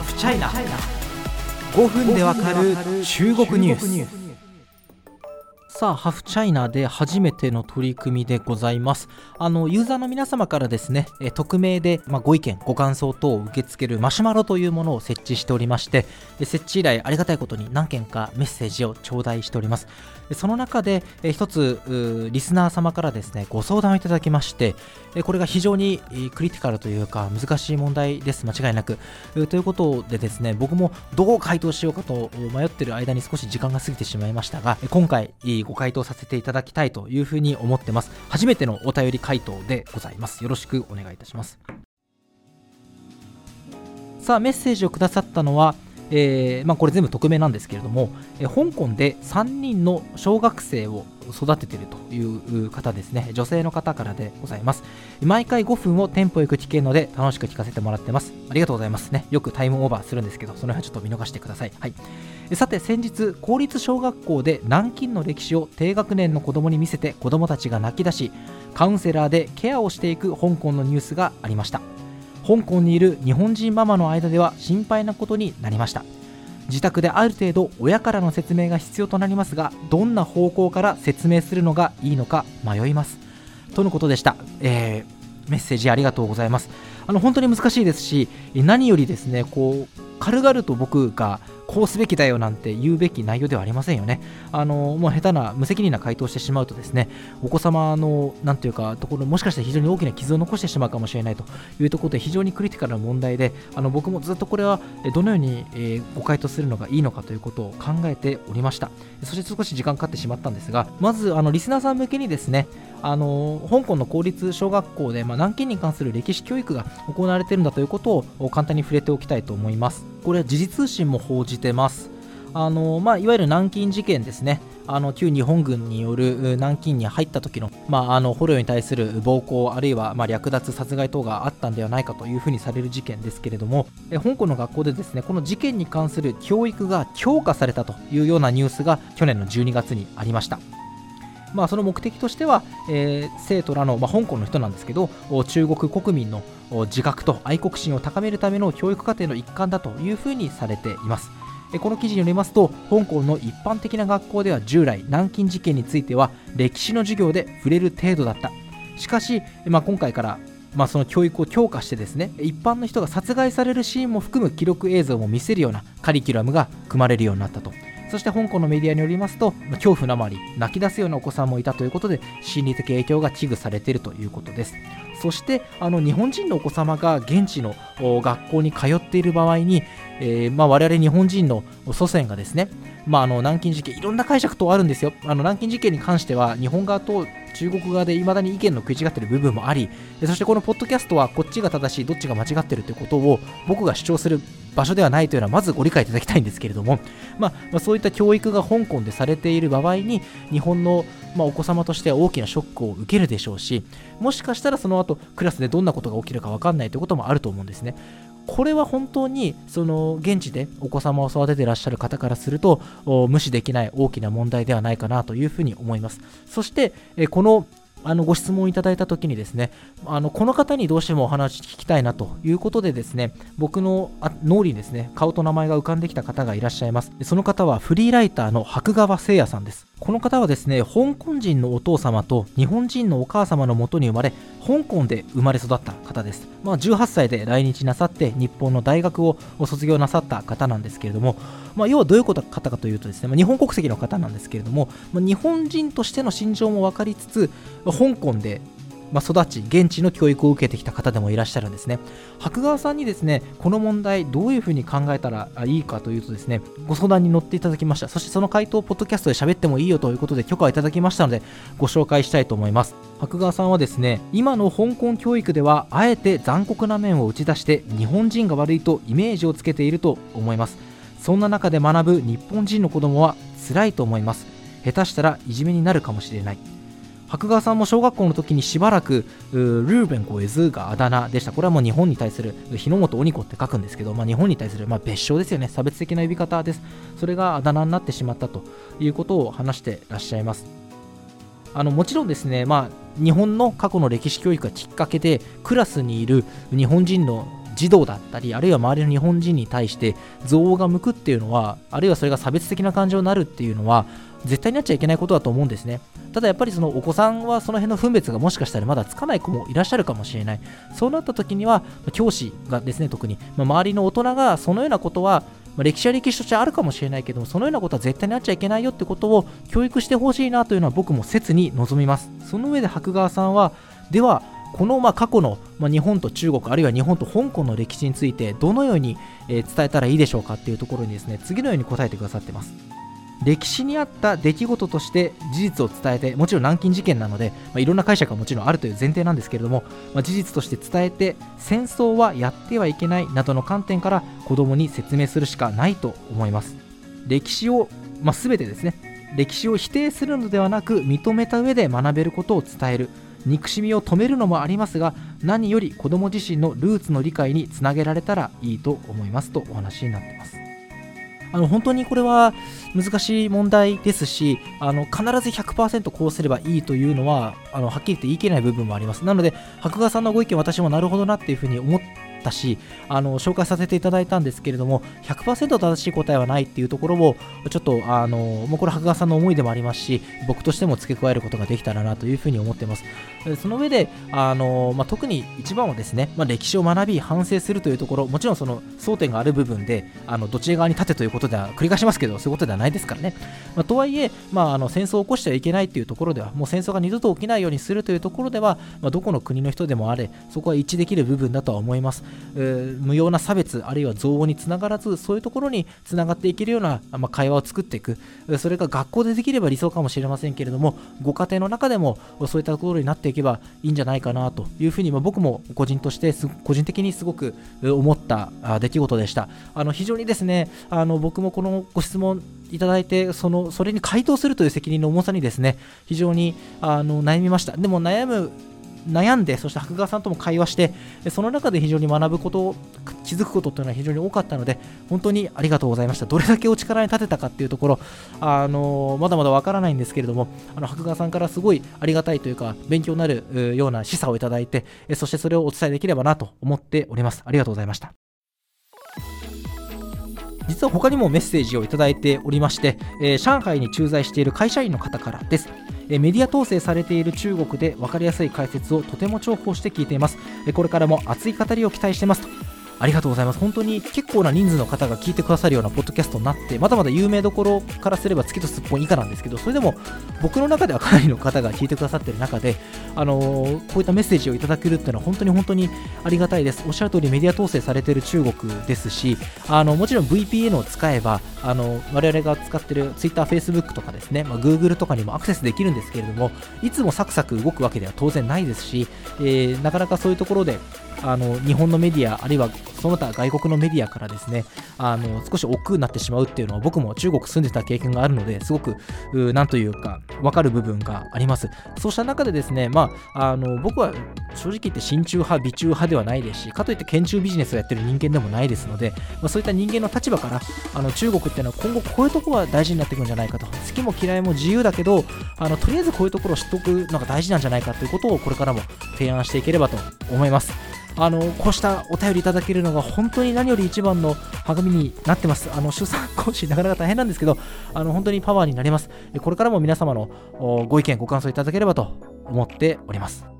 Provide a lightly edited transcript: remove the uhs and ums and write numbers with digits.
フチャイナ、5分でわかる中国ニュース。さあ、ハフチャイナで初めての取り組みでございます。ユーザーの皆様からですね、匿名で、ご意見ご感想等を受け付けるマシュマロというものを設置しておりまして、設置以来ありがたいことに何件かメッセージを頂戴しております。その中で一つリスナー様からですねご相談をいただきまして、これが非常にクリティカルというか難しい問題です、間違いなく。ということでですね、僕もどう回答しようかと迷っている間に少し時間が過ぎてしまいましたが、今回ご回答させていただきたいというふうに思ってます。初めてのお便り回答でございます。よろしくお願いいたします。さあ、メッセージをくださったのはこれ全部匿名なんですけれども、香港で3人の小学生を育てているという方ですね。女性の方からでございます。毎回5分をテンポよく聞けるので楽しく聞かせてもらってます。ありがとうございますね。よくタイムオーバーするんですけど、その辺はちょっと見逃してください。はい。さて、先日公立小学校で南京の歴史を低学年の子供に見せて子供たちが泣き出し、カウンセラーでケアをしていく香港のニュースがありました。香港にいる日本人ママの間では心配なことになりました。自宅である程度親からの説明が必要となりますが、どんな方向から説明するのがいいのか迷いますとのことでした。メッセージありがとうございます。本当に難しいですし、何よりですね、軽々と僕がこうすべきだよなんて言うべき内容ではありませんよね。もう下手な無責任な回答をしてしまうとですね、お子様のなんというかところ、もしかして非常に大きな傷を残してしまうかもしれないというところで非常にクリティカルな問題で、僕もずっとこれはどのようにご回答するのがいいのかということを考えておりました。そして少し時間かかってしまったんですが、まずリスナーさん向けにですね、香港の公立小学校で、南京に関する歴史教育が行われているんだということを簡単に触れておきたいと思います。これは時事通信も報じてます。いわゆる南京事件ですね。旧日本軍による南京に入った時の、捕虜に対する暴行、あるいは略奪殺害等があったんではないかというふうにされる事件ですけれども、香港の学校でですね、この事件に関する教育が強化されたというようなニュースが去年の12月にありました。その目的としては、生徒らの、香港の人なんですけど、中国国民の自覚と愛国心を高めるための教育課程の一環だというふうにされています。この記事によりますと、香港の一般的な学校では従来南京事件については歴史の授業で触れる程度だった。しかし、今回からその教育を強化してですね、一般の人が殺害されるシーンも含む記録映像も見せるようなカリキュラムが組まれるようになったと。そして香港のメディアによりますと、恐怖のあまり泣き出すようなお子さんもいたということで、心理的影響が危惧されているということです。そして日本人のお子様が現地の学校に通っている場合に、我々日本人の祖先がですね、南京事件いろんな解釈等あるんですよ。南京事件に関しては日本側と中国側で未だに意見の食い違っている部分もあり、そしてこのポッドキャストはこっちが正しいどっちが間違っているということを僕が主張する場所ではないというのはまずご理解いただきたいんですけれども、そういった教育が香港でされている場合に日本のお子様としては大きなショックを受けるでしょうし、もしかしたらその後クラスでどんなことが起きるか分かんないということもあると思うんですね。これは本当に現地でお子様を育てていらっしゃる方からすると無視できない大きな問題ではないかなというふうに思います。そしてこのご質問いただいたときにですね、この方にどうしてもお話聞きたいなということでですね、僕の脳裏にですね顔と名前が浮かんできた方がいらっしゃいます。その方はフリーライターの白川誠也さんです。この方はですね、香港人のお父様と日本人のお母様のもとに生まれ、香港で生まれ育った方です。18歳で来日なさって日本の大学を卒業なさった方なんですけれども、要はどういう方かというとですね、日本国籍の方なんですけれども、日本人としての心情も分かりつつ、香港で育ち現地の教育を受けてきた方でもいらっしゃるんですね。白川さんにですね、この問題どういうふうに考えたらいいかというとですね、ご相談に乗っていただきました。そしてその回答をポッドキャストで喋ってもいいよということで許可をいただきましたのでご紹介したいと思います。白川さんはですね、今の香港教育ではあえて残酷な面を打ち出して日本人が悪いとイメージをつけていると思います。そんな中で学ぶ日本人の子供は辛いと思います。下手したらいじめになるかもしれない。白川さんも小学校の時にしばらくルーベンコエズがあだ名でした。これはもう日本に対する日の本鬼子って書くんですけど、日本に対する別称ですよね。差別的な呼び方です。それがあだ名になってしまったということを話してらっしゃいます。もちろんですね、日本の過去の歴史教育がきっかけでクラスにいる日本人の児童だったり、あるいは周りの日本人に対して憎悪が向くっていうのは、あるいはそれが差別的な感情になるっていうのは絶対になっちゃいけないことだと思うんですね。ただやっぱりそのお子さんはその辺の分別がもしかしたらまだつかない子もいらっしゃるかもしれない。そうなった時には教師がですね、特に周りの大人がそのようなことは歴史は歴史としてあるかもしれないけども、そのようなことは絶対になっちゃいけないよってことを教育してほしいなというのは僕も切に望みます。その上で白川さんは、ではこの過去の日本と中国、あるいは日本と香港の歴史についてどのように伝えたらいいでしょうかっていうところにですね、次のように答えてくださってます。歴史にあった出来事として事実を伝えて、もちろん南京事件なので、いろんな解釈がもちろんあるという前提なんですけれども、事実として伝えて、戦争はやってはいけないなどの観点から子どもに説明するしかないと思います。歴史を、全てですね、歴史を否定するのではなく認めた上で学べることを伝える、憎しみを止めるのもありますが、何より子ども自身のルーツの理解につなげられたらいいと思いますとお話になっています。本当にこれは難しい問題ですし、必ず 100% こうすればいいというのははっきり言って言い切れない部分もあります。なので白川さんのご意見、私もなるほどなっていうふうに思ったし、紹介させていただいたんですけれども、 100% 正しい答えはないっていうところをちょっともうこれ白川さんの思いでもありますし、僕としても付け加えることができたらなというふうに思っています。その上で特に一番はですね、歴史を学び反省するというところ、もちろんその争点がある部分でどちら側に立てということでは繰り返しますけど、そういうことではないですからね。とはいえ、戦争を起こしてはいけないというところでは、もう戦争が二度と起きないようにするというところでは、どこの国の人でもあれ、そこは一致できる部分だとは思います。無用な差別あるいは憎悪につながらず、そういうところにつながっていけるような、会話を作っていく、それが学校でできれば理想かもしれませんけれども、ご家庭の中でもそういったところになっていけばいいんじゃないかなというふうに、僕も個人的にすごく思った出来事でした。非常にですね、僕もこのご質問いただいて、それに回答するという責任の重さにですね、非常に悩みました。でも悩んで、そして白川さんとも会話して、その中で非常に学ぶこと、気づくことというのは非常に多かったので、本当にありがとうございました。どれだけお力に立てたかっていうところ、まだまだわからないんですけれども、白川さんからすごいありがたいというか、勉強になるような示唆をいただいて、そしてそれをお伝えできればなと思っております。ありがとうございました。実は他にもメッセージをいただいておりまして、上海に駐在している会社員の方からです。メディア統制されている中国で分かりやすい解説をとても重宝して聞いています。これからも熱い語りを期待していますと。ありがとうございます。本当に結構な人数の方が聞いてくださるようなポッドキャストになって、まだまだ有名どころからすれば月とすっぽん以下なんですけど、それでも僕の中ではかなりの方が聞いてくださっている中で、こういったメッセージをいただけるっていうのは本当にありがたいです。おっしゃる通りメディア統制されている中国ですし、もちろん VPN を使えば我々が使っている Twitter、Facebook とかですね、Google とかにもアクセスできるんですけれども、いつもサクサク動くわけでは当然ないですし、なかなかそういうところで日本のメディアあるいはその他外国のメディアからですね、少し億劫になってしまうっていうのは僕も中国住んでた経験があるので、すごくなんというか分かる部分があります。そうした中でですね、僕は正直言って親中派美中派ではないですし、かといって県中ビジネスをやってる人間でもないですので、そういった人間の立場から中国っていうのは今後こういうところは大事になっていくんじゃないかと、好きも嫌いも自由だけどとりあえずこういうところを知っておくのが大事なんじゃないかということをこれからも提案していければと思います。こうしたお便りいただけるのが本当に何より一番の励みになってます。出産講師なかなか大変なんですけど、本当にパワーになります。これからも皆様のご意見ご感想いただければと思っております。